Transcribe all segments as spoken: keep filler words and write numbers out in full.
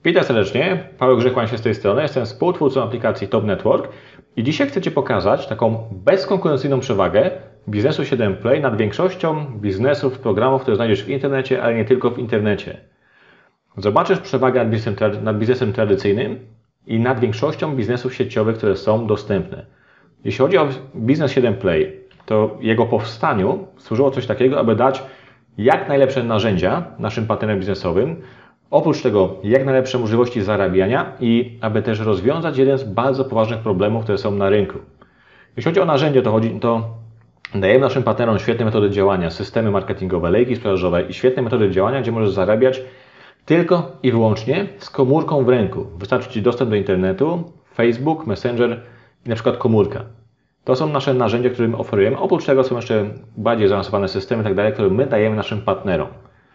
Witam serdecznie, Paweł Grzechłań się z tej strony, jestem współtwórcą aplikacji Top Network i dzisiaj chcę Ci pokazać taką bezkonkurencyjną przewagę biznesu siedem Play nad większością biznesów, programów, które znajdziesz w internecie, ale nie tylko w internecie. Zobaczysz przewagę nad biznesem, nad biznesem tradycyjnym i nad większością biznesów sieciowych, które są dostępne. Jeśli chodzi o biznes siedem Play, to jego powstaniu służyło coś takiego, aby dać jak najlepsze narzędzia naszym partnerom biznesowym, oprócz tego jak najlepsze możliwości zarabiania i aby też rozwiązać jeden z bardzo poważnych problemów, które są na rynku. Jeśli chodzi o narzędzie, to, chodzi, to dajemy naszym partnerom świetne metody działania, systemy marketingowe, lejki sprzedażowe i świetne metody działania, gdzie możesz zarabiać tylko i wyłącznie z komórką w ręku. Wystarczy Ci dostęp do internetu, Facebook, Messenger i na przykład komórka. To są nasze narzędzia, które my oferujemy. Oprócz tego są jeszcze bardziej zaawansowane systemy i tak dalej, które my dajemy naszym partnerom.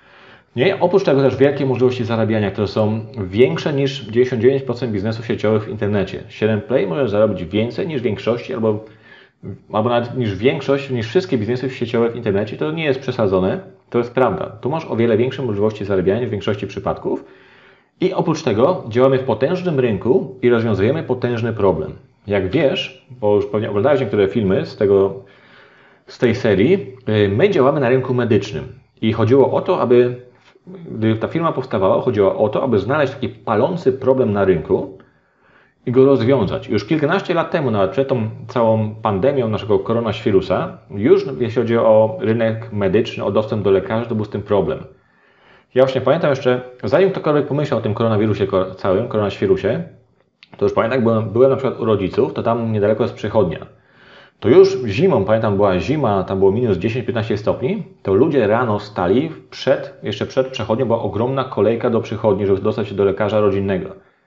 Nie? Oprócz tego też wielkie możliwości zarabiania, które są większe niż dziewięćdziesiąt dziewięć procent biznesów sieciowych w internecie. siedem Play może zarobić więcej niż większości, albo, albo nawet niż większość, niż wszystkie biznesy sieciowe w internecie. To nie jest przesadzone, to jest prawda. Tu masz o wiele większe możliwości zarabiania w większości przypadków. I oprócz tego działamy w potężnym rynku i rozwiązujemy potężny problem. Jak wiesz, bo już pewnie oglądałeś niektóre filmy z, tego, z tej serii, my działamy na rynku medycznym. I chodziło o to, aby, gdy ta firma powstawała, chodziło o to, aby znaleźć taki palący problem na rynku i go rozwiązać. Już kilkanaście lat temu, nawet przed tą całą pandemią naszego koronawirusa, już jeśli chodzi o rynek medyczny, o dostęp do lekarzy, to był z tym problem. Ja właśnie pamiętam jeszcze, zanim ktokolwiek pomyślał o tym koronawirusie całym, koronawirusie, to już pamiętam, jak byłem, byłem na przykład u rodziców, to tam niedaleko jest przychodnia. To już zimą, pamiętam, była zima, tam było minus dziesięć piętnaście stopni, to ludzie rano stali, przed, jeszcze przed przychodnią była ogromna kolejka do przychodni, żeby dostać się do lekarza rodzinnego.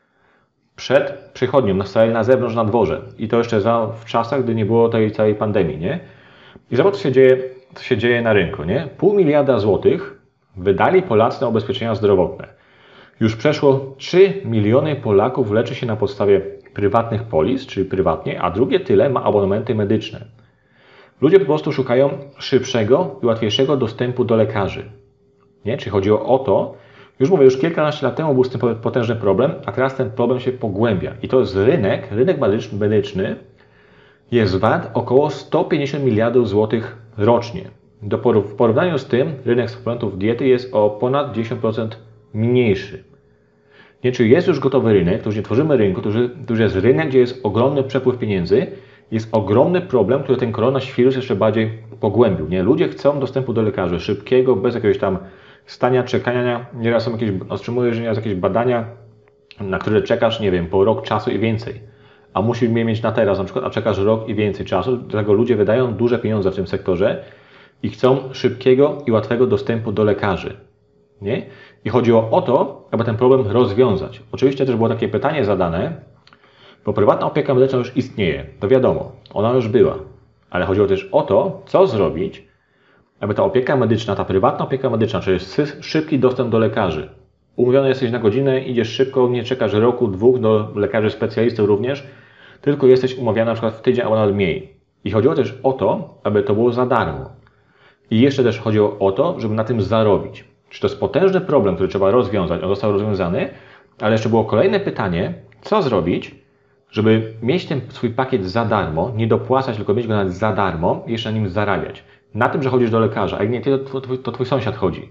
Przed przychodnią, stali na zewnątrz, na dworze. I to jeszcze za, w czasach, gdy nie było tej całej pandemii, nie? I zobacz, co się dzieje, co się dzieje na rynku, nie? Pół miliarda złotych wydali Polacy na ubezpieczenia zdrowotne. Już przeszło trzy miliony Polaków leczy się na podstawie prywatnych polis, czyli prywatnie, a drugie tyle ma abonamenty medyczne. Ludzie po prostu szukają szybszego i łatwiejszego dostępu do lekarzy. Nie? Czyli chodziło o to, już mówię, już kilkanaście lat temu był z tym potężny problem, a teraz ten problem się pogłębia. I to jest rynek, rynek medyczny jest wart około sto pięćdziesiąt miliardów złotych rocznie. Do w porównaniu z tym rynek suplementów diety jest o ponad dziesięć procent mniejszy. Nie, czyli jest już gotowy rynek, to już nie tworzymy rynku, to już, to już jest rynek, gdzie jest ogromny przepływ pieniędzy, jest ogromny problem, który ten koronawirus jeszcze bardziej pogłębił. Nie? Ludzie chcą dostępu do lekarzy szybkiego, bez jakiegoś tam stania, czekania. Nieraz są jakieś, otrzymujesz nieraz jakieś badania, na które czekasz, nie wiem, po rok czasu i więcej. A musisz je mieć na teraz, na przykład, a czekasz rok i więcej czasu. Dlatego ludzie wydają duże pieniądze w tym sektorze i chcą szybkiego i łatwego dostępu do lekarzy. Nie? I chodziło o to, aby ten problem rozwiązać. Oczywiście też było takie pytanie zadane, bo prywatna opieka medyczna już istnieje, to wiadomo, ona już była. Ale chodziło też o to, co zrobić, aby ta opieka medyczna, ta prywatna opieka medyczna, czyli szybki dostęp do lekarzy. Umówiony jesteś na godzinę, idziesz szybko, nie czekasz roku, dwóch do lekarzy specjalistów również, tylko jesteś umawiany na przykład w tydzień albo nawet mniej. I chodziło też o to, aby to było za darmo. I jeszcze też chodziło o to, żeby na tym zarobić. Czy to jest potężny problem, który trzeba rozwiązać, on został rozwiązany, ale jeszcze było kolejne pytanie, co zrobić, żeby mieć ten swój pakiet za darmo, nie dopłacać, tylko mieć go nawet za darmo i jeszcze na nim zarabiać. Na tym, że chodzisz do lekarza, a jak nie ty, to twój, to twój sąsiad chodzi.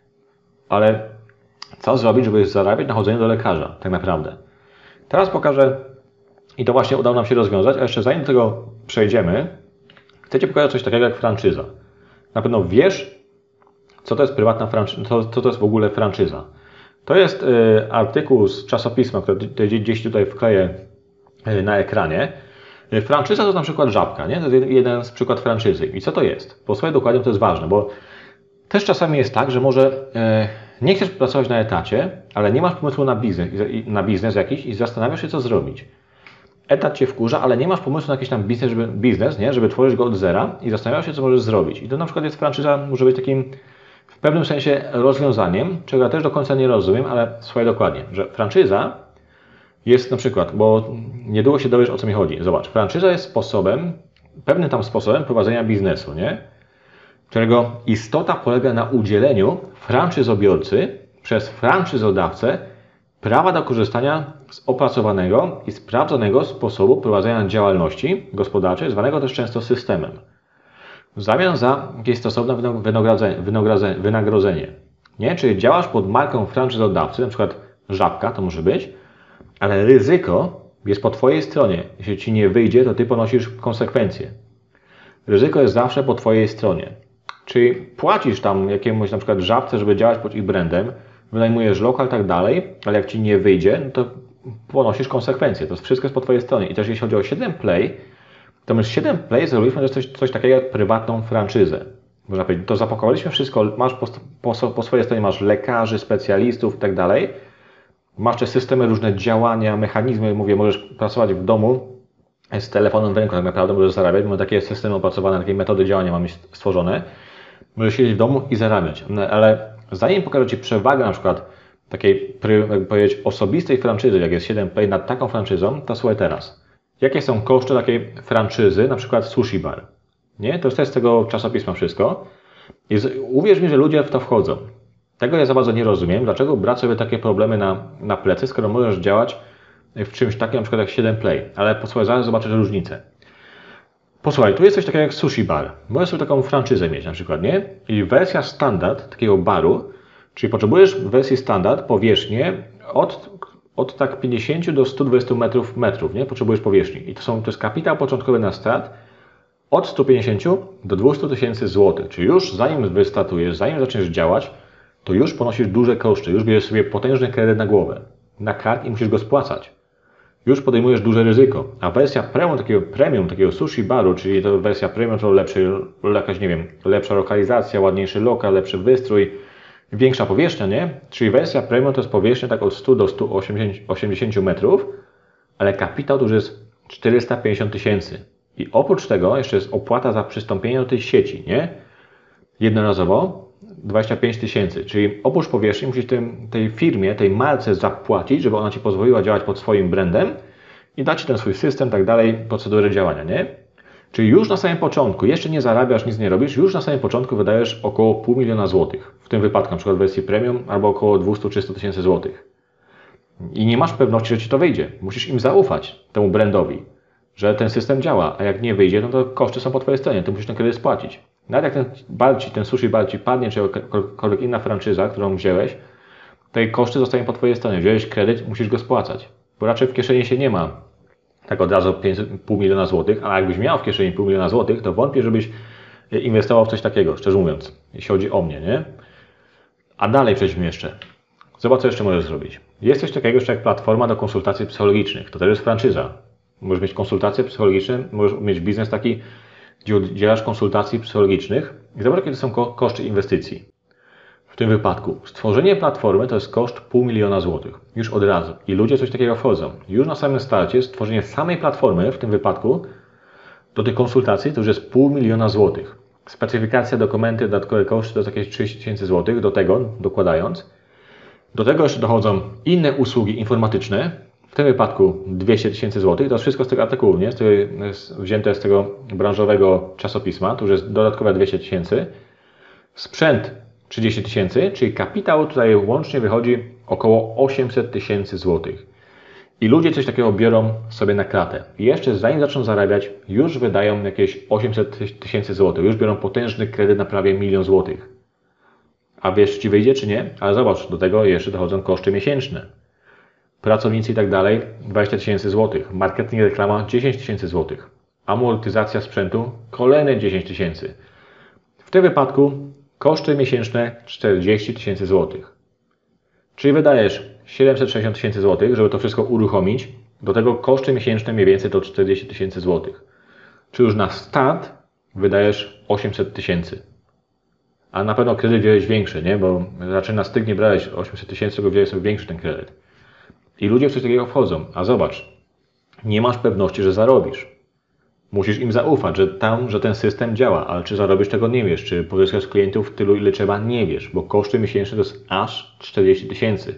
Ale co zrobić, żeby zarabiać na chodzeniu do lekarza, tak naprawdę. Teraz pokażę, i to właśnie udało nam się rozwiązać, a jeszcze zanim do tego przejdziemy, chcę Ci pokazać coś takiego jak franczyza. Na pewno wiesz, co to jest prywatna franczyza, co, co to jest w ogóle franczyza. To jest y, artykuł z czasopisma, który gdzieś tutaj wkleję y, na ekranie. Y, franczyza to na przykład Żabka, nie? To jest jeden z przykład franczyzy. I co to jest? Posłuchaj dokładnie, to jest ważne, bo też czasami jest tak, że może y, nie chcesz pracować na etacie, ale nie masz pomysłu na biznes, na biznes jakiś i zastanawiasz się, co zrobić. Etat Cię wkurza, ale nie masz pomysłu na jakiś tam biznes, żeby, biznes, nie? Żeby tworzyć go od zera i zastanawiasz się, co możesz zrobić. I to na przykład jest franczyza, może być takim w pewnym sensie rozwiązaniem, czego ja też do końca nie rozumiem, ale słuchaj dokładnie, że franczyza jest na przykład, bo niedługo się dowiesz, o co mi chodzi. Zobacz, franczyza jest sposobem, pewnym tam sposobem prowadzenia biznesu, nie? Którego istota polega na udzieleniu franczyzobiorcy przez franczyzodawcę prawa do korzystania z opracowanego i sprawdzonego sposobu prowadzenia działalności gospodarczej, zwanego też często systemem, w zamian za jakieś stosowne wynagrodzenie. wynagrodzenie, wynagrodzenie. Nie? Czyli działasz pod marką franczyzodawcy, na przykład Żabka to może być, ale ryzyko jest po Twojej stronie. Jeśli Ci nie wyjdzie, to Ty ponosisz konsekwencje. Ryzyko jest zawsze po Twojej stronie. Czyli płacisz tam jakiemuś na przykład Żabce, żeby działać pod ich brandem, wynajmujesz lokal i tak dalej, ale jak Ci nie wyjdzie, no to ponosisz konsekwencje. To wszystko jest po Twojej stronie. I też jeśli chodzi o siedem Play, to my z siedem Play zrobiliśmy coś, coś takiego jak prywatną franczyzę. Można powiedzieć, to zapakowaliśmy wszystko, masz po, po, po swojej stronie masz lekarzy, specjalistów i tak dalej. Masz też systemy, różne działania, mechanizmy. Mówię, możesz pracować w domu z telefonem w ręku, tak naprawdę możesz zarabiać. Mamy takie systemy opracowane, takie metody działania mamy stworzone. Możesz siedzieć w domu i zarabiać. No, ale zanim pokażę Ci przewagę na przykład takiej, jakby powiedzieć, osobistej franczyzy, jak jest siedem Play nad taką franczyzą, to słuchaj teraz. Jakie są koszty takiej franczyzy, na przykład sushi bar? Nie? To jest z tego czasopisma wszystko. I z, uwierz mi, że ludzie w to wchodzą. Tego ja za bardzo nie rozumiem. Dlaczego brać sobie takie problemy na, na plecy, skoro możesz działać w czymś takim, na przykład jak siedem Play. Ale posłuchaj, zaraz zobaczysz różnicę. Posłuchaj, tu jest coś takiego jak sushi bar. Możesz sobie taką franczyzę mieć na przykład, nie? I wersja standard takiego baru, czyli potrzebujesz w wersji standard powierzchnię od, od tak pięćdziesięciu do stu dwudziestu metrów, metrów, nie? Potrzebujesz powierzchni. I to, są, to jest kapitał początkowy na start od stu pięćdziesięciu do dwustu tysięcy złotych. Czyli już zanim wystartujesz, zanim zaczniesz działać, to już ponosisz duże koszty. Już bierzesz sobie potężny kredyt na głowę, na kark i musisz go spłacać. Już podejmujesz duże ryzyko. A wersja premium takiego, premium, takiego sushi baru, czyli to wersja premium, to lepszy, jakaś, nie wiem, lepsza lokalizacja, ładniejszy lokal, lepszy wystrój, większa powierzchnia, nie? Czyli wersja premium to jest powierzchnia tak od stu do stu osiemdziesięciu metrów, ale kapitał to już jest czterysta pięćdziesiąt tysięcy. I oprócz tego jeszcze jest opłata za przystąpienie do tej sieci, nie? Jednorazowo dwadzieścia pięć tysięcy, czyli oprócz powierzchni musisz tym, tej firmie, tej marce zapłacić, żeby ona Ci pozwoliła działać pod swoim brandem i dać Ci ten swój system, tak dalej, procedury działania, nie? Czyli już na samym początku, jeszcze nie zarabiasz, nic nie robisz, już na samym początku wydajesz około pół miliona złotych. W tym wypadku na przykład w wersji premium albo około dwieście do trzystu tysięcy złotych. I nie masz pewności, że Ci to wyjdzie. Musisz im zaufać, temu brandowi, że ten system działa, a jak nie wyjdzie, no to koszty są po Twojej stronie, Ty musisz ten kredyt spłacić. Nawet jak ten bar ci, ten sushi bar Ci padnie, czy jakakolwiek inna franczyza, którą wziąłeś, to jej koszty zostają po Twojej stronie. Wziąłeś kredyt, musisz go spłacać. Bo raczej w kieszeni się nie ma tak od razu pół miliona złotych, a jakbyś miał w kieszeni pół miliona złotych, to wątpię, żebyś inwestował w coś takiego, szczerze mówiąc, jeśli chodzi o mnie, nie? A dalej przejdźmy jeszcze. Zobacz, co jeszcze możesz zrobić. Jest coś takiego jeszcze jak platforma do konsultacji psychologicznych. To też jest franczyza. Możesz mieć konsultacje psychologiczne, możesz mieć biznes taki, gdzie udzielasz konsultacji psychologicznych i zobacz, jakie to są ko koszty inwestycji. W tym wypadku stworzenie platformy to jest koszt pół miliona złotych. Już od razu. I ludzie coś takiego wchodzą. Już na samym starcie stworzenie samej platformy w tym wypadku do tych konsultacji to już jest pół miliona złotych. Specyfikacja, dokumenty, dodatkowe koszty to jest jakieś trzydzieści tysięcy złotych, do tego dokładając. Do tego jeszcze dochodzą inne usługi informatyczne, w tym wypadku dwieście tysięcy złotych. To jest wszystko z tego artykułu, nie? Z tego jest wzięte z tego branżowego czasopisma, to już jest dodatkowe dwieście tysięcy. Sprzęt trzydzieści tysięcy, czyli kapitał tutaj łącznie wychodzi około osiemset tysięcy złotych. I ludzie coś takiego biorą sobie na klatę. I jeszcze zanim zaczną zarabiać, już wydają jakieś osiemset tysięcy złotych. Już biorą potężny kredyt na prawie milion złotych. A wiesz, czy Ci wyjdzie, czy nie? Ale zobacz, do tego jeszcze dochodzą koszty miesięczne. Pracownicy i tak dalej, dwadzieścia tysięcy złotych. Marketing, reklama, dziesięć tysięcy złotych. Amortyzacja sprzętu, kolejne dziesięć tysięcy. W tym wypadku koszty miesięczne czterdzieści tysięcy złotych. Czyli wydajesz siedemset sześćdziesiąt tysięcy złotych, żeby to wszystko uruchomić. Do tego koszty miesięczne mniej więcej to czterdzieści tysięcy złotych. Czyli już na start wydajesz osiemset tysięcy. A na pewno kredyt wziąłeś większy, nie? Bo raczej na styk nie brałeś osiemset tysięcy, tylko wziąłeś sobie większy ten kredyt. I ludzie w coś takiego wchodzą. A zobacz, nie masz pewności, że zarobisz. Musisz im zaufać, że tam, że ten system działa, ale czy zarobisz, tego nie wiesz. Czy pozyskasz klientów tylu, ile trzeba, nie wiesz, bo koszty miesięczne to jest aż czterdzieści tysięcy.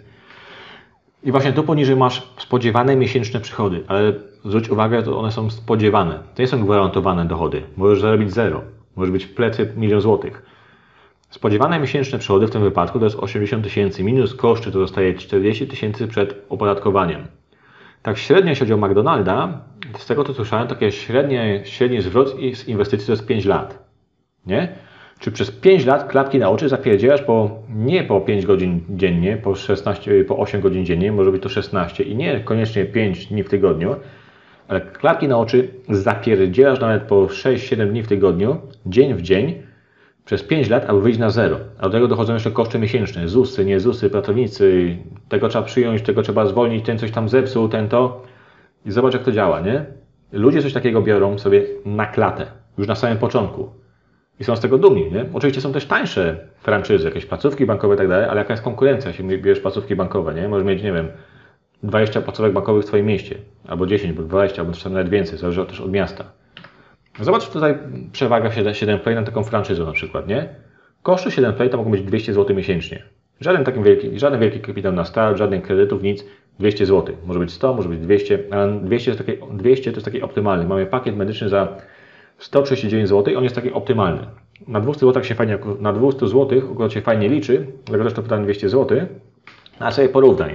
I właśnie tu poniżej masz spodziewane miesięczne przychody, ale zwróć uwagę, to one są spodziewane. To nie są gwarantowane dochody. Możesz zarobić zero. Możesz być w plecy milion złotych. Spodziewane miesięczne przychody w tym wypadku to jest osiemdziesiąt tysięcy, minus koszty to zostaje czterdzieści tysięcy przed opodatkowaniem. Tak średnio, jeśli chodzi o McDonalda, z tego co słyszałem, takie średnie, średni zwrot z inwestycji to jest pięć lat. Nie? Czy przez pięć lat klapki na oczy zapierdzielasz po, nie po pięć godzin dziennie, po, szesnaście, po osiem godzin dziennie, może być to szesnaście i nie koniecznie pięć dni w tygodniu, ale klapki na oczy zapierdzielasz nawet po sześć siedem dni w tygodniu, dzień w dzień, przez pięć lat, aby wyjść na zero. A do tego dochodzą jeszcze koszty miesięczne, ZUSy, nie ZUSy, pracownicy, tego trzeba przyjąć, tego trzeba zwolnić, ten coś tam zepsuł, ten to. I zobacz jak to działa, nie? Ludzie coś takiego biorą sobie na klatę, już na samym początku. I są z tego dumni, nie? Oczywiście są też tańsze franczyzy, jakieś placówki bankowe i tak dalej, ale jaka jest konkurencja, jeśli bierzesz placówki bankowe, nie? Możesz mieć, nie wiem, dwadzieścia placówek bankowych w Twoim mieście, albo dziesięć, albo dwadzieścia, albo czasem nawet więcej, zależy też od miasta. Zobacz tutaj przewaga siedem Play na taką franczyzę na przykład, nie? Koszty siedem Play to mogą być dwieście złotych miesięcznie. Żaden taki wielki, żaden wielki kapitał na start, żadnych kredytów, nic, dwieście złotych. Może być sto, może być dwieście, ale dwieście, jest taki, dwieście to jest taki optymalny. Mamy pakiet medyczny za sto trzydzieści dziewięć złotych, on jest taki optymalny. Na dwieście złotych się fajnie, na dwieście złotych akurat się fajnie liczy, dlatego też to pytanie dwieście złotych, a sobie porównaj.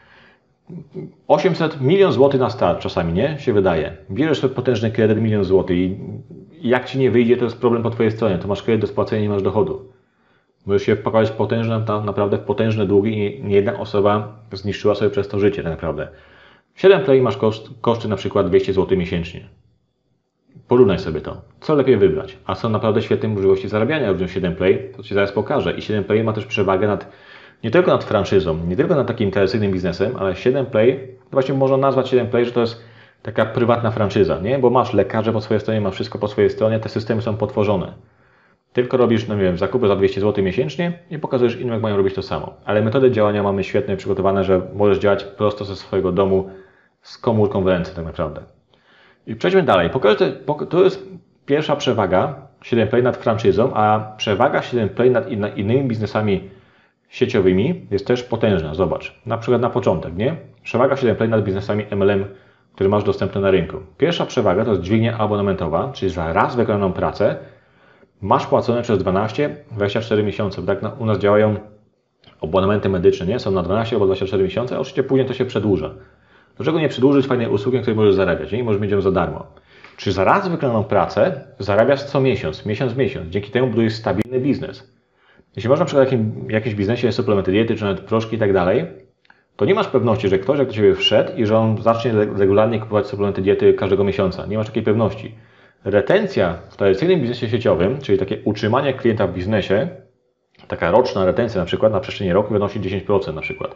osiemset, milion złotych na start czasami, nie? Się wydaje. Bierzesz sobie potężny kredyt, milion złotych i jak Ci nie wyjdzie, to jest problem po Twojej stronie. To masz kredyt do spłacenia i nie masz dochodu. Możesz się wpakować w potężne, naprawdę w potężne długi i nie jedna osoba zniszczyła sobie przez to życie tak naprawdę. W siedem Play masz koszt, koszty na przykład dwieście złotych miesięcznie. Porównaj sobie to. Co lepiej wybrać? A są naprawdę świetne możliwości zarabiania w siedem Play, to Ci zaraz pokażę. I siedem Play ma też przewagę nad, nie tylko nad franczyzą, nie tylko nad takim tradycyjnym biznesem, ale siedem Play, to właśnie można nazwać siedem Play, że to jest taka prywatna franczyza, nie? Bo masz lekarze po swojej stronie, masz wszystko po swojej stronie, te systemy są potworzone. Tylko robisz, no nie wiem, zakupy za dwieście złotych miesięcznie i pokazujesz innym, jak mają robić to samo. Ale metody działania mamy świetnie przygotowane, że możesz działać prosto ze swojego domu z komórką w ręce tak naprawdę. I przejdźmy dalej. Pokażę, to jest pierwsza przewaga siedem Play nad franczyzą, a przewaga siedem Play nad innymi biznesami sieciowymi jest też potężna. Zobacz, na przykład na początek, nie? Przewaga siedem Play nad biznesami M L M, które masz dostępne na rynku. Pierwsza przewaga to jest dźwignia abonamentowa, czyli za raz wykonaną pracę masz płacone przez dwanaście dwadzieścia cztery miesiące. Tak u nas działają abonamenty medyczne, nie? Są na dwanaście albo dwadzieścia cztery miesiące, a oczywiście później to się przedłuża. Dlaczego nie przedłużyć fajnej usługi, której możesz zarabiać, nie? I możesz mieć ją za darmo. Czy za raz wykonaną pracę zarabiasz co miesiąc, miesiąc w miesiąc. Dzięki temu budujesz stabilny biznes. Jeśli masz na przykład w jakimś biznesie suplementy diety, czy nawet proszki i tak dalej, to nie masz pewności, że ktoś jak do Ciebie wszedł i że on zacznie regularnie kupować suplementy diety każdego miesiąca. Nie masz takiej pewności. Retencja w tradycyjnym biznesie sieciowym, czyli takie utrzymanie klienta w biznesie, taka roczna retencja na przykład na przestrzeni roku wynosi dziesięć procent na przykład.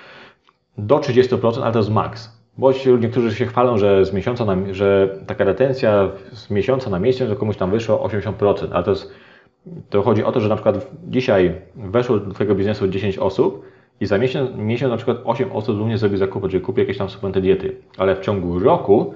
Do trzydziestu procent, ale to jest maks. Bo niektórzy się chwalą, że z miesiąca na, że taka retencja z miesiąca na miesiąc, że komuś tam wyszło osiemdziesiąt procent, ale to jest, to chodzi o to, że na przykład dzisiaj weszło do Twojego biznesu dziesięć osób i za miesiąc, miesiąc na przykład osiem osób również zrobi zakupy, czyli kupi jakieś tam suplementy diety, ale w ciągu roku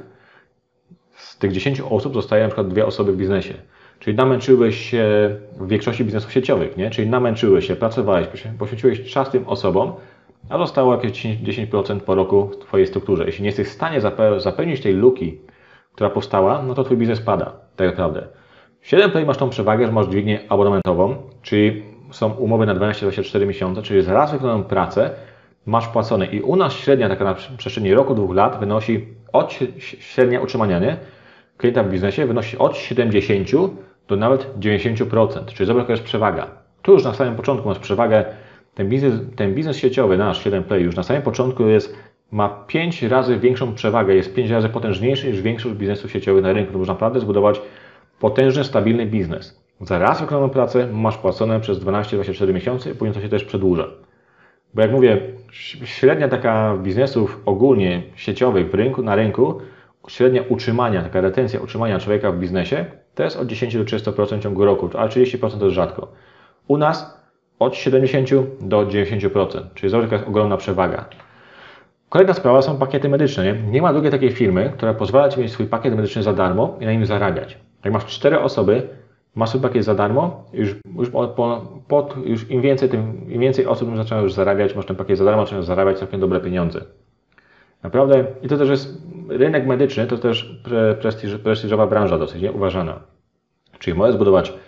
z tych dziesięciu osób zostaje na przykład dwie osoby w biznesie. Czyli namęczyłeś się w większości biznesów sieciowych, nie? Czyli namęczyłeś się, pracowałeś, poświęciłeś czas tym osobom, a zostało jakieś dziesięć procent po roku w Twojej strukturze. Jeśli nie jesteś w stanie zapełnić tej luki, która powstała, no to Twój biznes pada, tak naprawdę. W siedem Play masz tą przewagę, że masz dźwignię abonamentową, czyli są umowy na dwanaście dwadzieścia cztery miesiące, czyli za raz wykonaną pracę masz płacone. I u nas średnia taka na przestrzeni roku, dwóch lat wynosi od średnia utrzymania, nie? Klienta w biznesie wynosi od siedemdziesięciu do nawet dziewięćdziesięciu procent, czyli zobacz jaka jest przewaga. Tu już na samym początku masz przewagę. Ten biznes, ten biznes sieciowy, nasz siedem Play już na samym początku jest, ma pięć razy większą przewagę, jest pięć razy potężniejszy niż większość biznesów sieciowych na rynku. To można naprawdę zbudować potężny, stabilny biznes. Za raz wykonaną pracę masz płacone przez dwanaście dwadzieścia cztery miesiące i później to się też przedłuża. Bo jak mówię, średnia taka biznesów ogólnie sieciowych w rynku, na rynku, średnia utrzymania, taka retencja utrzymania człowieka w biznesie, to jest od dziesięciu do trzydziestu procent w ciągu roku, a trzydzieści procent to jest rzadko. U nas od siedemdziesięciu do dziewięćdziesięciu procent, czyli zobacz jaka jest ogromna przewaga. Kolejna sprawa są pakiety medyczne. Nie, nie ma drugiej takiej firmy, która pozwala Ci mieć swój pakiet medyczny za darmo i na nim zarabiać. Jak masz cztery osoby, masz swój pakiet za darmo, już, już, po, pod, już im, więcej, tym, im więcej osób tym zaczyna już zarabiać, masz ten pakiet za darmo, zaczynasz zarabiać całkiem dobre pieniądze. Naprawdę, i to też jest rynek medyczny, to też pre, prestiż, prestiżowa branża dosyć, nie? Uważana. Czyli możesz zbudować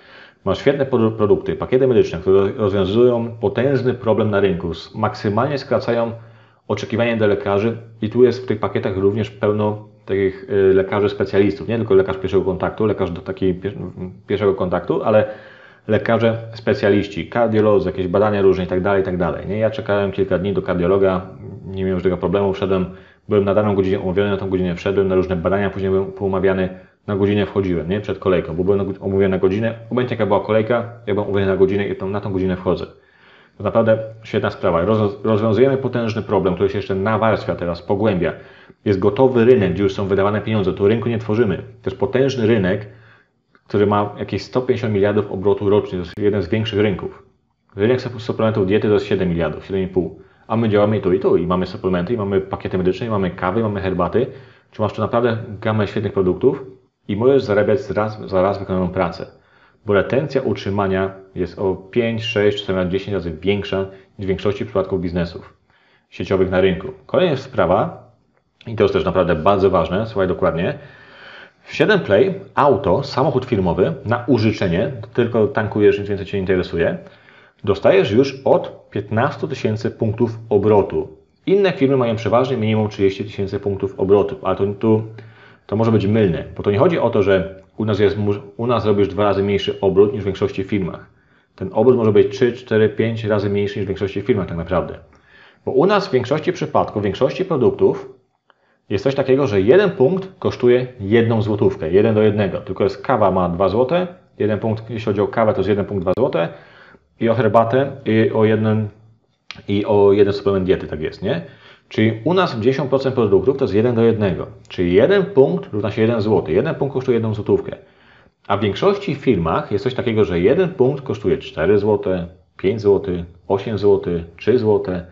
Masz świetne produkty, pakiety medyczne, które rozwiązują potężny problem na rynku, maksymalnie skracają oczekiwania do lekarzy i tu jest w tych pakietach również pełno takich lekarzy specjalistów, nie tylko lekarz pierwszego kontaktu, lekarz do takiej pierwszego kontaktu, ale lekarze specjaliści, kardiolodzy, jakieś badania różne i tak dalej, i tak dalej. Nie? Ja czekałem kilka dni do kardiologa, nie miałem żadnego problemu, wszedłem, byłem na daną godzinę umówiony, na tą godzinę wszedłem, na różne badania, później byłem poumawiany, na godzinę wchodziłem, nie? Przed kolejką, bo byłem umówiony na godzinę, obojętnie jaka była kolejka, ja byłem umówiony na godzinę i na tą godzinę wchodzę. To naprawdę świetna sprawa. Rozwiązujemy potężny problem, który się jeszcze nawarstwia teraz, pogłębia. Jest gotowy rynek, gdzie już są wydawane pieniądze, tu rynku nie tworzymy. To jest potężny rynek, który ma jakieś sto pięćdziesiąt miliardów obrotu rocznie, to jest jeden z większych rynków. Rynek suplementów diety to jest siedem miliardów, siedem i pół. A my działamy i tu, i tu. I mamy suplementy, i mamy pakiety medyczne, i mamy kawy, i mamy herbaty. Czy masz tu naprawdę gamę świetnych produktów i możesz zarabiać raz, za raz wykonaną pracę. Bo retencja utrzymania jest o pięć, sześć, czasami nawet dziesięć razy większa niż w większości przypadków biznesów sieciowych na rynku. Kolejna sprawa, i to jest też naprawdę bardzo ważne, słuchaj dokładnie, w siedem Play auto, samochód firmowy na użyczenie, tylko tankujesz, nic więcej Cię interesuje, dostajesz już od piętnastu tysięcy punktów obrotu. Inne firmy mają przeważnie minimum trzydzieści tysięcy punktów obrotu, ale to, tu, to może być mylne, bo to nie chodzi o to, że u nas, jest, u nas robisz dwa razy mniejszy obrót niż w większości firmach. Ten obrót może być trzy, cztery, pięć razy mniejszy niż w większości firmach tak naprawdę. Bo u nas w większości przypadków, w większości produktów jest coś takiego, że jeden punkt kosztuje jedną złotówkę, jeden do jednego. Tylko jest kawa ma dwa złote, jeden punkt, jeśli chodzi o kawę to jest jeden punkt dwa złote i o herbatę i o jeden, i o jeden suplement diety, tak jest, nie? Czyli u nas dziesięć procent produktów to jest jeden do jednego. Czyli jeden punkt równa się jeden złoty. jeden punkt kosztuje jedną złotówkę. A w większości firmach jest coś takiego, że jeden punkt kosztuje cztery złote, pięć złotych, osiem złotych, trzy złote.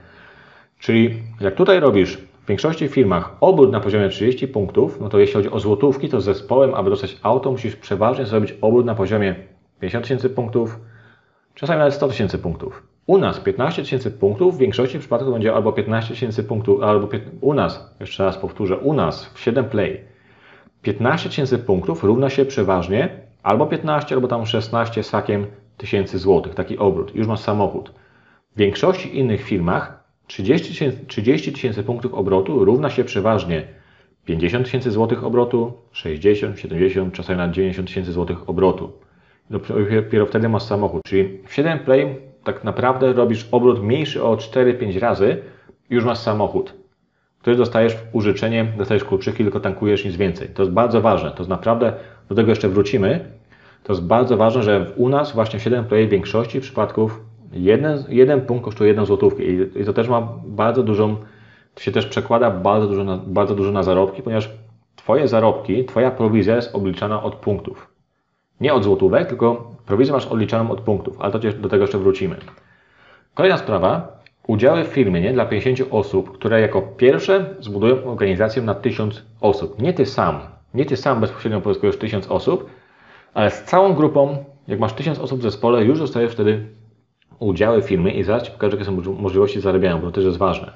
Czyli jak tutaj robisz w większości firmach obrót na poziomie trzydziestu punktów, no to jeśli chodzi o złotówki, to z zespołem, aby dostać auto, musisz przeważnie zrobić obrót na poziomie pięćdziesiąt tysięcy punktów, czasami nawet sto tysięcy punktów. U nas piętnaście tysięcy punktów, w większości przypadków będzie albo piętnaście tysięcy punktów, albo u nas, jeszcze raz powtórzę, u nas w siedem Play piętnaście tysięcy punktów równa się przeważnie albo piętnaście, albo tam szesnaście z hakiem tysięcy złotych, taki obrót, już masz samochód. W większości innych firmach trzydzieści tysięcy punktów obrotu równa się przeważnie pięćdziesiąt tysięcy złotych obrotu, sześćdziesiąt, siedemdziesiąt, czasami nawet dziewięćdziesiąt tysięcy złotych obrotu. Dopiero wtedy masz samochód, czyli w siedem Play tak naprawdę robisz obrót mniejszy o cztery pięć razy i już masz samochód, który dostajesz w użyczenie, dostajesz kluczyki, tylko tankujesz, nic więcej. To jest bardzo ważne, to jest naprawdę, do tego jeszcze wrócimy, to jest bardzo ważne, że u nas właśnie w siedem Play w większości przypadków jeden, jeden punkt kosztuje jedną złotówkę i, i to też ma bardzo dużą, to się też przekłada bardzo dużo, na, bardzo dużo na zarobki, ponieważ Twoje zarobki, Twoja prowizja jest obliczana od punktów. Nie od złotówek, tylko prowizję masz odliczaną od punktów, ale to do tego jeszcze wrócimy. Kolejna sprawa, udziały w firmie nie, dla pięćdziesięciu osób, które jako pierwsze zbudują organizację na tysiąc osób. Nie Ty sam, nie Ty sam bezpośrednio pozyskujesz tysiąc osób, ale z całą grupą, jak masz tysiąc osób w zespole, już dostajesz wtedy udziały firmy i zaraz Ci pokażę, jakie są możliwości zarabiania, bo to też jest ważne.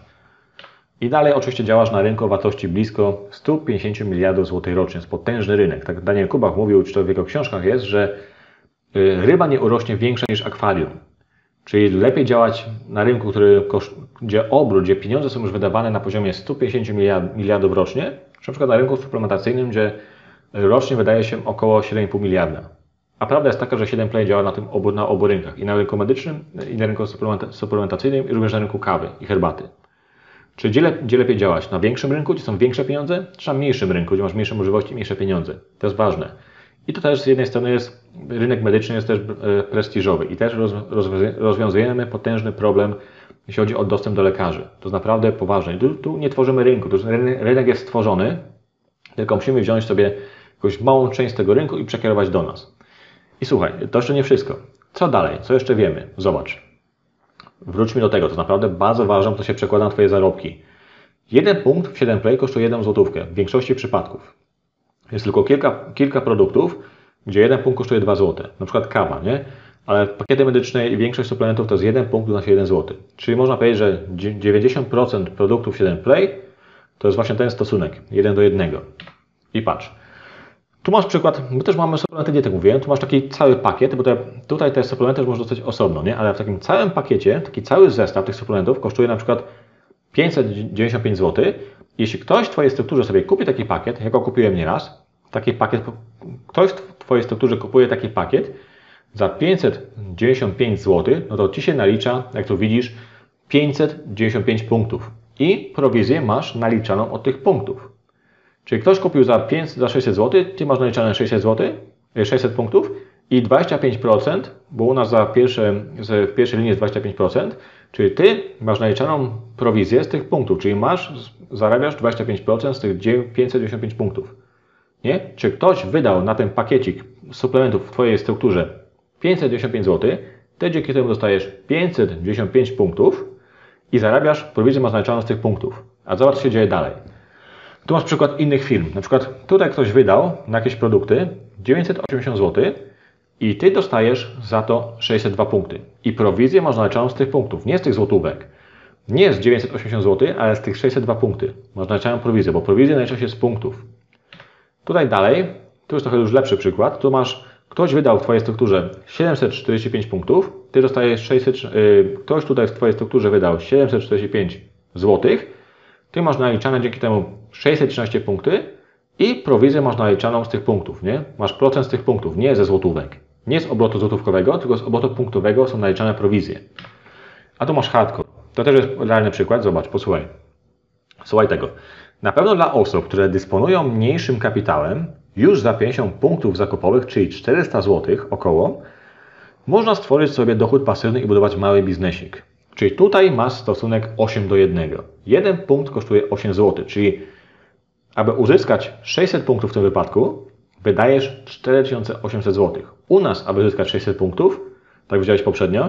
I dalej oczywiście działasz na rynku o wartości blisko stu pięćdziesięciu miliardów złotych rocznie. Jest potężny rynek. Tak Daniel Kubach mówił, czy to w jego książkach jest, że ryba nie urośnie większa niż akwarium. Czyli lepiej działać na rynku, który koszt, gdzie obrót, gdzie pieniądze są już wydawane na poziomie stu pięćdziesięciu miliardów rocznie, czy na przykład na rynku suplementacyjnym, gdzie rocznie wydaje się około siedem i pół miliarda. A prawda jest taka, że siedem Play działa na, tym obu, na obu rynkach. I na rynku medycznym, i na rynku suplementacyjnym, i również na rynku kawy i herbaty. Czy gdzie, gdzie lepiej działać? Na większym rynku, gdzie są większe pieniądze, czy na mniejszym rynku, gdzie masz mniejsze możliwości, mniejsze pieniądze? To jest ważne. I to też z jednej strony jest, rynek medyczny jest też prestiżowy i też roz, rozwiązujemy potężny problem, jeśli chodzi o dostęp do lekarzy. To jest naprawdę poważne. Tu, tu nie tworzymy rynku, tu rynek jest stworzony, tylko musimy wziąć sobie jakąś małą część z tego rynku i przekierować do nas. I słuchaj, to jeszcze nie wszystko. Co dalej? Co jeszcze wiemy? Zobacz. Wróćmy do tego, to naprawdę bardzo ważne, bo to się przekłada na Twoje zarobki. Jeden punkt w siedem Play kosztuje jedną złotówkę, w większości przypadków. Jest tylko kilka, kilka produktów, gdzie jeden punkt kosztuje dwa złote. Na przykład kawa, nie? Ale pakiety medyczne i większość suplementów to jest jeden punkt na jeden złoty. Czyli można powiedzieć, że dziewięćdziesiąt procent produktów siedem Play to jest właśnie ten stosunek, jeden do jednego. I patrz. Tu masz przykład, my też mamy suplementy diety, mówiłem, tu masz taki cały pakiet, bo te, tutaj te suplementy też można dostać osobno, nie? Ale w takim całym pakiecie, taki cały zestaw tych suplementów kosztuje na przykład pięćset dziewięćdziesiąt pięć złotych. Jeśli ktoś w Twojej strukturze sobie kupi taki pakiet, jak go kupiłem nieraz, taki pakiet, ktoś w Twojej strukturze kupuje taki pakiet za pięćset dziewięćdziesiąt pięć złotych, no to Ci się nalicza, jak tu widzisz, pięćset dziewięćdziesiąt pięć punktów i prowizję masz naliczaną od tych punktów. Czyli ktoś kupił za, pięćset, za sześćset złotych, Ty masz naliczane sześćset złotych, sześćset punktów i dwadzieścia pięć procent, bo u nas za pierwsze, w pierwszej linii jest dwadzieścia pięć procent, czyli Ty masz naliczaną prowizję z tych punktów, czyli masz, zarabiasz dwadzieścia pięć procent z tych pięćset dziewięćdziesiąt pięć punktów. Nie? Czy ktoś wydał na ten pakiecik suplementów w Twojej strukturze pięćset dziewięćdziesiąt pięć złotych, Ty dzięki temu dostajesz pięćset dziewięćdziesiąt pięć punktów i zarabiasz, prowizję masz naliczaną z tych punktów. A zobacz, co się dzieje dalej. Tu masz przykład innych firm. Na przykład tutaj ktoś wydał na jakieś produkty dziewięćset osiemdziesiąt złotych i Ty dostajesz za to sześćset dwa punkty. I prowizję masz naliczaną z tych punktów, nie z tych złotówek. Nie z dziewięćset osiemdziesiąt złotych, ale z tych sześćset dwa punkty. Masz naliczaną prowizję, bo prowizja nalicza się z punktów. Tutaj dalej, tu jest trochę już lepszy przykład. Tu masz, ktoś wydał w Twojej strukturze siedemset czterdzieści pięć punktów, Ty dostajesz sześćset, yy, ktoś tutaj w Twojej strukturze wydał siedemset czterdzieści pięć złotych, Ty masz naliczane dzięki temu sześćset trzynaście punkty i prowizję masz naliczaną z tych punktów, nie? Masz procent z tych punktów, nie ze złotówek. Nie z obrotu złotówkowego, tylko z obrotu punktowego są naliczane prowizje. A tu masz hardcore. To też jest realny przykład. Zobacz, posłuchaj. Słuchaj tego. Na pewno dla osób, które dysponują mniejszym kapitałem, już za pięćdziesiąt punktów zakupowych, czyli czterysta złotych około, można stworzyć sobie dochód pasywny i budować mały biznesik. Czyli tutaj masz stosunek osiem do jednego. Jeden punkt kosztuje osiem złotych, czyli aby uzyskać sześćset punktów w tym wypadku, wydajesz cztery tysiące osiemset złotych. U nas, aby uzyskać sześćset punktów, tak widziałeś poprzednio,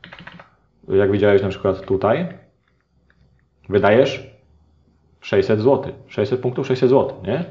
jak widziałeś na przykład tutaj, wydajesz sześćset złotych. sześćset punktów, sześćset złotych, nie?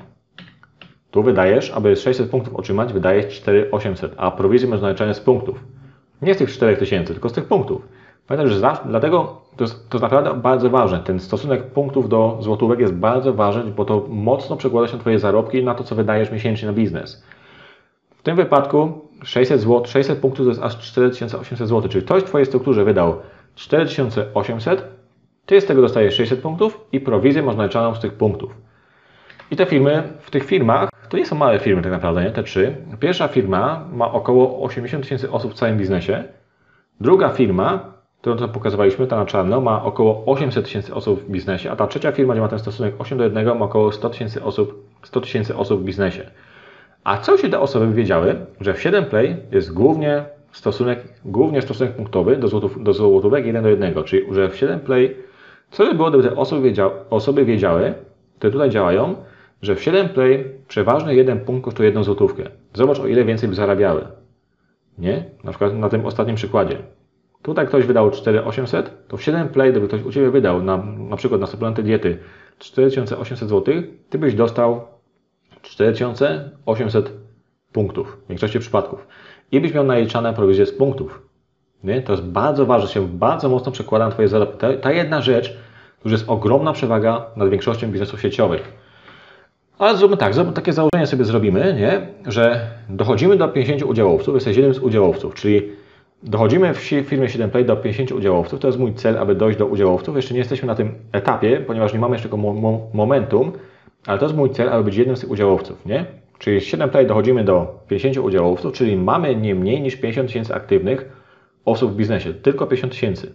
Tu wydajesz, aby sześćset punktów otrzymać, wydajesz cztery tysiące osiemset, a prowizję masz naliczane z punktów. Nie z tych cztery tysiące, tylko z tych punktów. Pamiętaj, że zawsze, dlatego to jest, to jest naprawdę bardzo ważne. Ten stosunek punktów do złotówek jest bardzo ważny, bo to mocno przekłada się na Twoje zarobki i na to, co wydajesz miesięcznie na biznes. W tym wypadku sześćset złotych, sześćset punktów to jest aż cztery tysiące osiemset złotych, czyli ktoś w Twojej strukturze wydał cztery tysiące osiemset, Ty z tego dostajesz sześćset punktów i prowizję masz naliczaną z tych punktów. I te firmy, w tych firmach, to nie są małe firmy tak naprawdę, nie? Te trzy. Pierwsza firma ma około osiemdziesiąt tysięcy osób w całym biznesie. Druga firma, którą to pokazywaliśmy, ta na czarno, ma około osiemset tysięcy osób w biznesie, a ta trzecia firma, gdzie ma ten stosunek osiem do jednego, ma około sto tysięcy osób, sto tysięcy osób w biznesie. A co się te osoby wiedziały, że w siedem Play jest głównie stosunek, głównie stosunek punktowy do, złotów, do złotówek jeden do jednego, czyli że w siedem Play, co by było, gdyby te osoby wiedziały, osoby wiedziały, które tutaj działają, że w siedem Play przeważny jeden punkt kosztuje jedną złotówkę. Zobacz, o ile więcej by zarabiały. Nie? Na przykład na tym ostatnim przykładzie. Tutaj ktoś wydał cztery tysiące osiemset, to w siedem Play, gdyby ktoś u Ciebie wydał na, na przykład na suplementy diety cztery tysiące osiemset złotych, Ty byś dostał cztery tysiące osiemset punktów w większości przypadków. I byś miał naliczane prowizje z punktów. Nie? To jest bardzo ważne, się bardzo mocno przekłada na Twoje zarobki. Ta, ta jedna rzecz, to już jest ogromna przewaga nad większością biznesów sieciowych. Ale zróbmy tak, zróbmy, takie założenie sobie zrobimy, nie? Że dochodzimy do pięćdziesięciu udziałowców, jesteś jednym z udziałowców, czyli dochodzimy w firmie siedem Play do pięćdziesięciu udziałowców, to jest mój cel, aby dojść do udziałowców. Jeszcze nie jesteśmy na tym etapie, ponieważ nie mamy jeszcze tego mo mo momentum, ale to jest mój cel, aby być jednym z tych udziałowców, nie? Czyli z siedem Play dochodzimy do pięćdziesięciu udziałowców, czyli mamy nie mniej niż pięćdziesiąt tysięcy aktywnych osób w biznesie, tylko pięćdziesiąt tysięcy.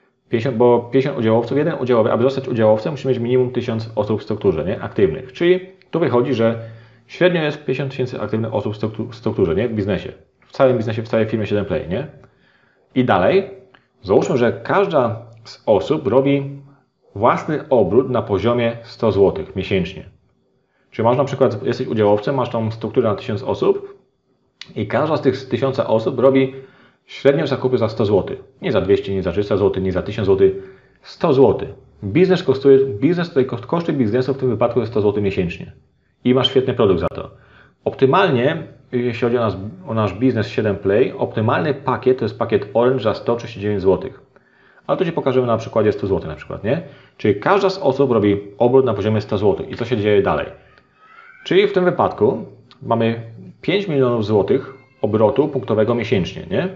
Bo pięćdziesiąt udziałowców, jeden udziałowy, aby zostać udziałowcem, musi mieć minimum tysiąc osób w strukturze, nie? Aktywnych. Czyli tu wychodzi, że średnio jest pięćdziesiąt tysięcy aktywnych osób w strukturze, nie? W biznesie. W całym biznesie, w całej firmie siedem Play, nie? I dalej, załóżmy, że każda z osób robi własny obrót na poziomie sto złotych miesięcznie. Czyli masz na przykład, jesteś udziałowcem, masz tą strukturę na tysiąc osób i każda z tych tysiąca osób robi średnio zakupy za sto złotych. Nie za dwieście, nie za trzysta złotych, nie za tysiąc złotych. sto złotych. Biznes kosztuje, biznes tutaj koszty biznesu w tym wypadku jest sto złotych miesięcznie. I masz świetny produkt za to. Optymalnie, jeśli chodzi o nasz, o nasz biznes siedem Play, optymalny pakiet to jest pakiet Orange za sto trzydzieści dziewięć złotych. Ale tu Ci pokażemy na przykładzie sto złotych na przykład, nie? Czyli każda z osób robi obrót na poziomie sto złotych. I co się dzieje dalej? Czyli w tym wypadku mamy pięć milionów złotych obrotu punktowego miesięcznie, nie?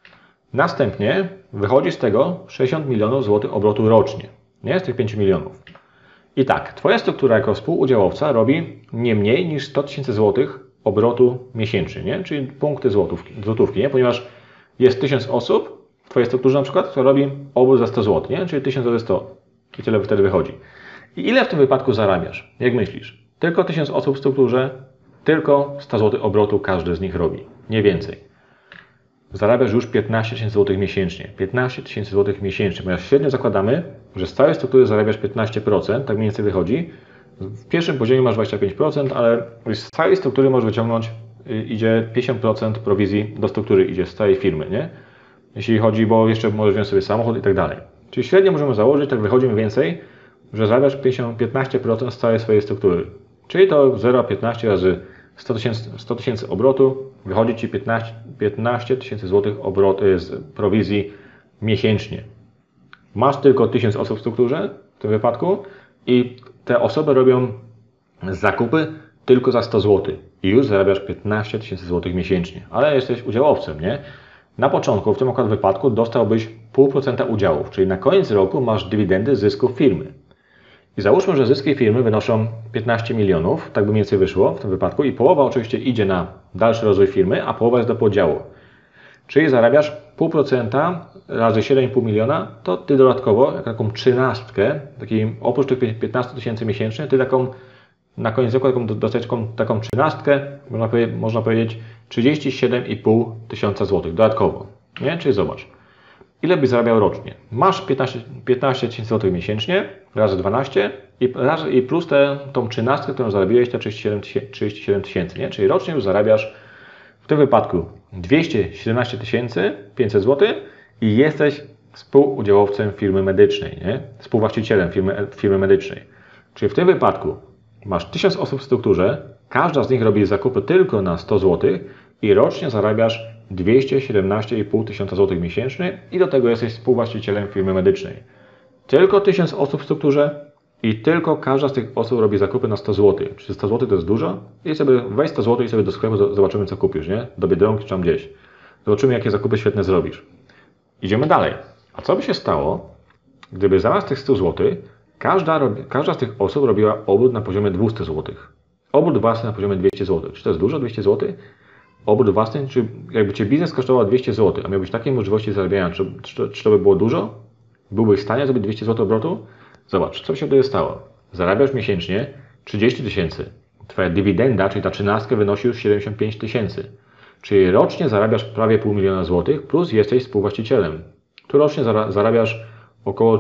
Następnie wychodzi z tego sześćdziesiąt milionów złotych obrotu rocznie, nie? Z tych pięciu milionów. I tak, Twoja struktura jako współudziałowca robi nie mniej niż sto tysięcy złotych obrotu miesięcznie, nie? Czyli punkty złotówki, złotówki, nie? Ponieważ jest tysiąc osób w Twojej strukturze na przykład, która robi obrót za sto złotych, nie? Czyli tysiąc razy sto i tyle wtedy wychodzi. I ile w tym wypadku zarabiasz? Jak myślisz? Tylko tysiąc osób w strukturze, tylko sto złotych obrotu każdy z nich robi, nie więcej. Zarabiasz już piętnaście tysięcy złotych miesięcznie. piętnaście tysięcy złotych miesięcznie, ponieważ średnio zakładamy, że z całej struktury zarabiasz piętnaście procent, tak mniej więcej wychodzi. W pierwszym poziomie masz dwadzieścia pięć procent, ale z całej struktury możesz wyciągnąć, idzie pięćdziesiąt procent prowizji do struktury, idzie z całej firmy, nie? Jeśli chodzi, bo jeszcze możesz wziąć sobie samochód i tak dalej. Czyli średnio możemy założyć, tak wychodzi mniej więcej, że zarabiasz piętnaście procent z całej swojej struktury. Czyli to zero przecinek piętnaście razy sto tysięcy obrotu, wychodzi Ci piętnaście tysięcy złotych obrot, z prowizji miesięcznie. Masz tylko tysiąc osób w strukturze w tym wypadku i te osoby robią zakupy tylko za sto złotych i już zarabiasz piętnaście tysięcy złotych miesięcznie, ale jesteś udziałowcem, nie? Na początku, w tym akurat wypadku, dostałbyś zero przecinek pięć procent udziałów, czyli na koniec roku masz dywidendy z zysków firmy. I załóżmy, że zyski firmy wynoszą piętnaście milionów, tak by mniej więcej wyszło w tym wypadku i połowa oczywiście idzie na dalszy rozwój firmy, a połowa jest do podziału. Czyli zarabiasz zero przecinek pięć procent razy siedem i pół miliona, to Ty dodatkowo, jak taką trzynastkę, taki, oprócz tych piętnaście tysięcy miesięcznie, Ty taką na koniec roku taką, dostajesz taką, taką trzynastkę, można powiedzieć, można powiedzieć trzydzieści siedem i pół tysiąca złotych dodatkowo. Nie? Czyli zobacz. Ile byś zarabiał rocznie? Masz piętnaście tysięcy złotych miesięcznie, razy dwanaście i, razy, i plus tę tą trzynastkę, którą zarobiłeś, to trzydzieści siedem tysięcy, nie? Czyli rocznie już zarabiasz w tym wypadku dwieście siedemnaście tysięcy pięćset złotych i jesteś współudziałowcem firmy medycznej, nie? Współwłaścicielem firmy, firmy medycznej. Czyli w tym wypadku masz tysiąc osób w strukturze, każda z nich robi zakupy tylko na sto złotych i rocznie zarabiasz dwieście siedemnaście i pół tysiąca złotych miesięcznie i do tego jesteś współwłaścicielem firmy medycznej. Tylko tysiąc osób w strukturze i tylko każda z tych osób robi zakupy na sto złotych. Czy sto złotych to jest dużo? I sobie weź sto złotych i sobie do sklepu zobaczymy, co kupisz, nie? Do Biedronki czy tam gdzieś. Zobaczymy, jakie zakupy świetne zrobisz. Idziemy dalej. A co by się stało, gdyby zamiast tych stu złotych każda, każda z tych osób robiła obrót na poziomie dwieście złotych? Obrót własny na poziomie dwieście złotych. Czy to jest dużo, dwieście złotych? Obrót własny, czy jakby Cię biznes kosztował dwieście złotych, a miałbyś takie możliwości zarabiania, czy, czy, czy to by było dużo? Byłbyś w stanie zrobić dwieście złotych obrotu? Zobacz, co się wtedy stało. Zarabiasz miesięcznie trzydzieści tysięcy. Twoja dywidenda, czyli ta trzynastka, wynosi już siedemdziesiąt pięć tysięcy. Czyli rocznie zarabiasz prawie pół miliona złotych, plus jesteś współwłaścicielem. Tu rocznie zarabiasz około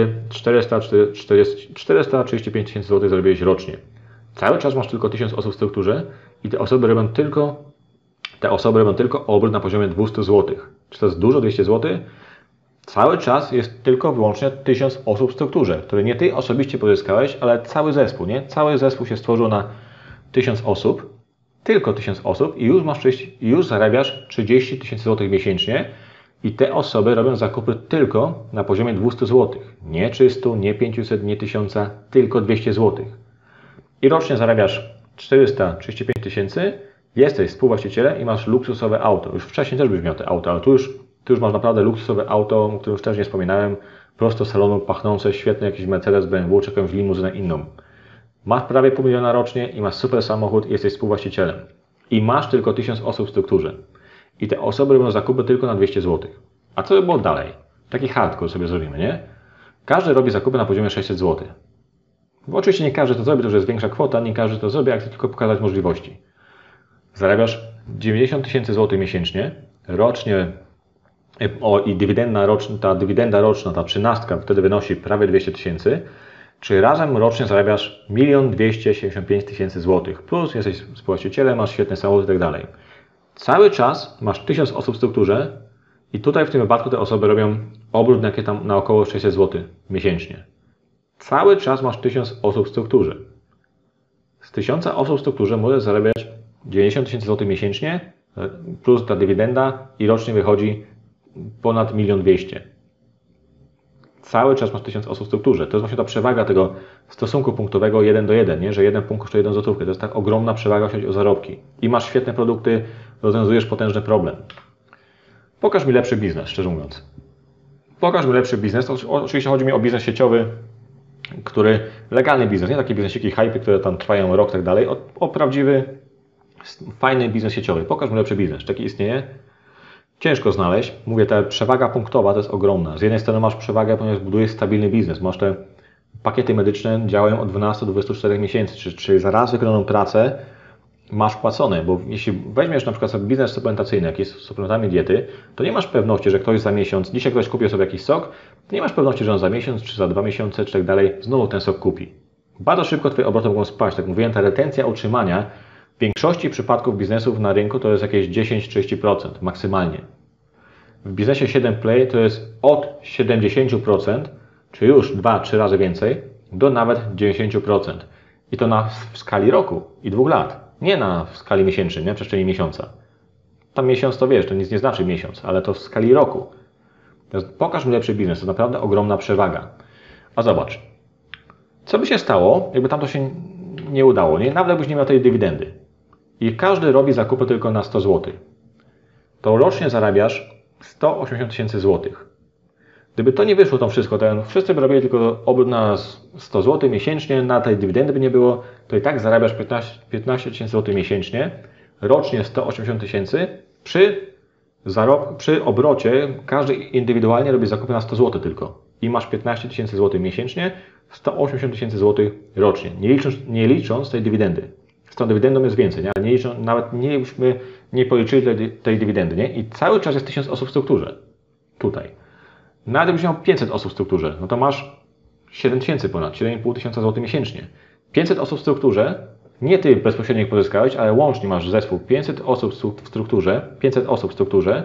czterysta trzydzieści pięć tysięcy złotych zarobiłeś rocznie. Cały czas masz tylko tysiąc osób w strukturze i te osoby robią tylko Te osoby robią tylko obrót na poziomie dwieście złotych. Czy to jest dużo, dwieście złotych? Cały czas jest tylko wyłącznie tysiąc osób w strukturze, które nie Ty osobiście pozyskałeś, ale cały zespół, nie? Cały zespół się stworzył na tysiąc osób, tylko tysiąc osób i już, masz, już zarabiasz trzydzieści tysięcy złotych miesięcznie i te osoby robią zakupy tylko na poziomie dwieście złotych. Nie trzysta, nie pięćset, nie tysiąc, tylko dwieście złotych. I rocznie zarabiasz czterysta trzydzieści pięć tysięcy, jesteś współwłaścicielem i masz luksusowe auto. Już wcześniej też byś miał te auto, ale tu już, tu już masz naprawdę luksusowe auto, o którym już też nie wspominałem, prosto z salonu, pachnące, świetny jakiś Mercedes, B M W, czy jakąś limuzynę inną. Masz prawie pół miliona rocznie i masz super samochód i jesteś współwłaścicielem. I masz tylko tysiąc osób w strukturze. I te osoby robią zakupy tylko na dwieście złotych. A co by było dalej? Taki hardcore sobie zrobimy, nie? Każdy robi zakupy na poziomie sześćset złotych. Bo oczywiście nie każdy to zrobi, to już jest większa kwota, nie każdy to zrobi, jak chcę tylko pokazać możliwości. Zarabiasz dziewięćdziesiąt tysięcy złotych miesięcznie, rocznie o, i dywidenda roczna, ta dywidenda roczna, ta trzynastka wtedy wynosi prawie dwieście tysięcy, czyli razem rocznie zarabiasz milion dwieście siedemdziesiąt pięć tysięcy złotych, plus jesteś współwłaścicielem, masz świetny samochód i tak dalej. Cały czas masz tysiąc osób w strukturze i tutaj w tym wypadku te osoby robią obrót na, tam, na około sześćset złotych miesięcznie. Cały czas masz tysiąc osób w strukturze. Z tysiąca osób w strukturze możesz zarabiać dziewięćdziesiąt tysięcy złotych miesięcznie plus ta dywidenda i rocznie wychodzi ponad milion dwieście. cały czas masz tysiąc osób w strukturze. To jest właśnie ta przewaga tego stosunku punktowego jeden do jeden, nie? Że jeden punkt kosztuje jedną złotówkę. To jest tak ogromna przewaga, jeśli chodzi o zarobki. I masz świetne produkty, rozwiązujesz potężny problem. Pokaż mi lepszy biznes, szczerze mówiąc. Pokaż mi lepszy biznes. Oczywiście chodzi mi o biznes sieciowy, który, legalny biznes, nie takie biznesiki, hype, które tam trwają rok i tak dalej, o, o prawdziwy, fajny biznes sieciowy. Pokaż mi lepszy biznes. Czy taki istnieje? Ciężko znaleźć. Mówię, ta przewaga punktowa to jest ogromna. Z jednej strony masz przewagę, ponieważ budujesz stabilny biznes. Masz te pakiety medyczne, działają od dwunastu do dwudziestu czterech miesięcy, czyli, czyli za raz wykonaną pracę masz płacone, bo jeśli weźmiesz na przykład sobie biznes suplementacyjny, jak jest z suplementami diety, to nie masz pewności, że ktoś za miesiąc, dzisiaj ktoś kupi sobie jakiś sok, to nie masz pewności, że on za miesiąc, czy za dwa miesiące, czy tak dalej, znowu ten sok kupi. Bardzo szybko Twoje obroty mogą spaść. Tak mówiłem, ta retencja utrzymania w większości przypadków biznesów na rynku to jest jakieś dziesięć do trzydziestu procent maksymalnie. W biznesie siedem Play to jest od siedemdziesięciu procent, czy już dwa trzy razy więcej, do nawet dziewięćdziesięciu procent. I to na, w skali roku i dwóch lat. Nie na w skali miesięcznej, nie? W przestrzeni miesiąca. Tam miesiąc to wiesz, to nic nie znaczy miesiąc, ale to w skali roku. Pokaż mi lepszy biznes, to naprawdę ogromna przewaga. A zobacz, co by się stało, jakby tam to się nie udało, nie? Nawet jakbyś nie miał tej dywidendy. I każdy robi zakupy tylko na sto złotych. To rocznie zarabiasz sto osiemdziesiąt tysięcy złotych. Gdyby to nie wyszło, to wszystko, to wszyscy by robili tylko obrót na sto złotych miesięcznie, na tej dywidendy by nie było, to i tak zarabiasz piętnaście tysięcy złotych miesięcznie, rocznie sto osiemdziesiąt tysięcy, przy, zarob, przy obrocie każdy indywidualnie robi zakupy na sto złotych tylko i masz piętnaście tysięcy złotych miesięcznie, sto osiemdziesiąt tysięcy złotych rocznie, nie licząc, nie licząc tej dywidendy. Z tą dywidendą jest więcej, nie? Nie licząc, nawet nie byśmy nie policzyli tej, tej dywidendy, nie? I cały czas jest tysiąc osób w strukturze, tutaj. Nawet jakbyś miał pięćset osób w strukturze, no to masz siedem tysięcy ponad, siedem i pół tysiąca złotych miesięcznie. pięćset osób w strukturze, nie ty bezpośrednio ich pozyskałeś, ale łącznie masz zespół pięćset osób w strukturze, pięćset osób w strukturze,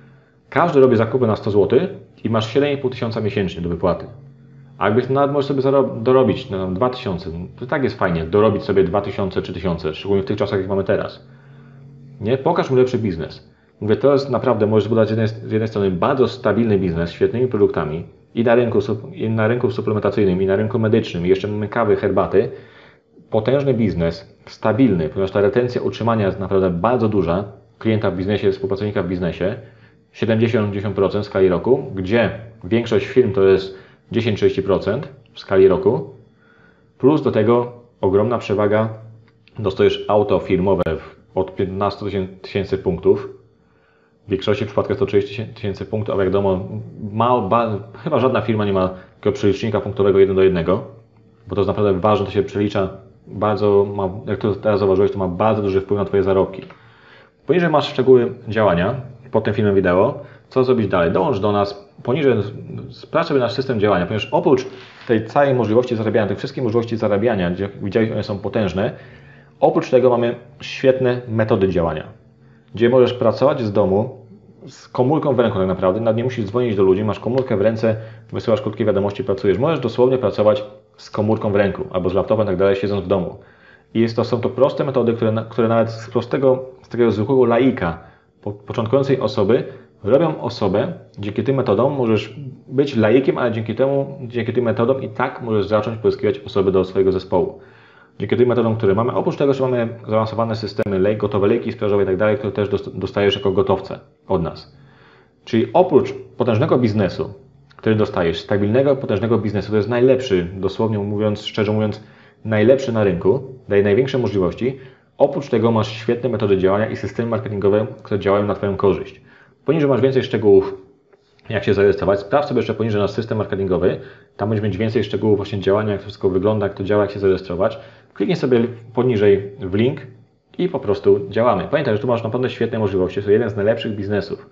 każdy robi zakupy na sto złotych i masz siedem i pół tysiąca miesięcznie do wypłaty. A jakbyś nawet możesz sobie dorobić na dwa tysiące, to tak jest fajnie, dorobić sobie dwa tysiące, trzy tysiące, szczególnie w tych czasach, jak mamy teraz. Nie? Pokaż mu lepszy biznes. Mówię, to jest naprawdę, możesz zbudować z jednej, z jednej strony bardzo stabilny biznes, z świetnymi produktami i na rynku, i na rynku suplementacyjnym, i na rynku medycznym, i jeszcze mamy kawy, herbaty. Potężny biznes, stabilny, ponieważ ta retencja utrzymania jest naprawdę bardzo duża. Klienta w biznesie, współpracownika w biznesie, siedemdziesiąt do osiemdziesięciu procent w skali roku, gdzie większość firm to jest dziesięć do trzydziestu procent w skali roku. Plus do tego ogromna przewaga, dostajesz auto firmowe od piętnastu tysięcy punktów. W większości przypadków to trzydzieści tysięcy punktów, a wiadomo, ma, ba, chyba żadna firma nie ma takiego przelicznika punktowego jeden do jednego, bo to jest naprawdę ważne, to się przelicza bardzo, ma, jak to teraz zauważyłeś, to ma bardzo duży wpływ na Twoje zarobki. Poniżej masz szczegóły działania, pod tym filmem wideo, co zrobić dalej. Dołącz do nas, poniżej sprawdź sobie nasz system działania, ponieważ oprócz tej całej możliwości zarabiania, tych wszystkich możliwości zarabiania, gdzie widziałeś, one są potężne, oprócz tego mamy świetne metody działania, gdzie możesz pracować z domu, z komórką w ręku tak naprawdę, nawet nie musisz dzwonić do ludzi, masz komórkę w ręce, wysyłasz krótkie wiadomości, pracujesz. Możesz dosłownie pracować z komórką w ręku, albo z laptopem tak dalej, siedząc w domu. I jest to, są to proste metody, które, które nawet z prostego, z takiego zwykłego laika, po, początkującej osoby, robią osobę. Dzięki tym metodom możesz być laikiem, ale dzięki temu, dzięki tym metodom i tak możesz zacząć pozyskiwać osoby do swojego zespołu. Dzięki tym metodom, które mamy, oprócz tego, że mamy zaawansowane systemy, lejk, gotowe lejki sprzedażowe i tak dalej, które też dostajesz jako gotowce od nas. Czyli oprócz potężnego biznesu, który dostajesz, stabilnego, potężnego biznesu, to jest najlepszy, dosłownie mówiąc, szczerze mówiąc, najlepszy na rynku, daje największe możliwości. Oprócz tego masz świetne metody działania i systemy marketingowe, które działają na Twoją korzyść. Poniżej masz więcej szczegółów, jak się zarejestrować. Sprawdź sobie jeszcze poniżej nasz system marketingowy. Tam będziesz mieć więcej szczegółów właśnie działania, jak to wszystko wygląda, jak to działa, jak się zarejestrować. Kliknij sobie poniżej w link i po prostu działamy. Pamiętaj, że tu masz naprawdę świetne możliwości. To jeden z najlepszych biznesów.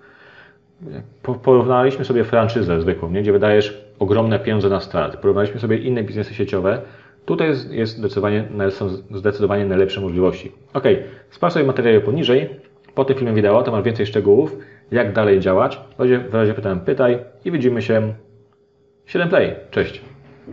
Porównaliśmy sobie franczyzę zwykłą, nie? Gdzie wydajesz ogromne pieniądze na start. Porównaliśmy sobie inne biznesy sieciowe. Tutaj jest, jest zdecydowanie, są zdecydowanie najlepsze możliwości. Ok, sprawdź sobie materiały poniżej. Po tym filmie wideo to masz więcej szczegółów, jak dalej działać. W razie, w razie pytałem, pytaj i widzimy się w siedem Play. Cześć!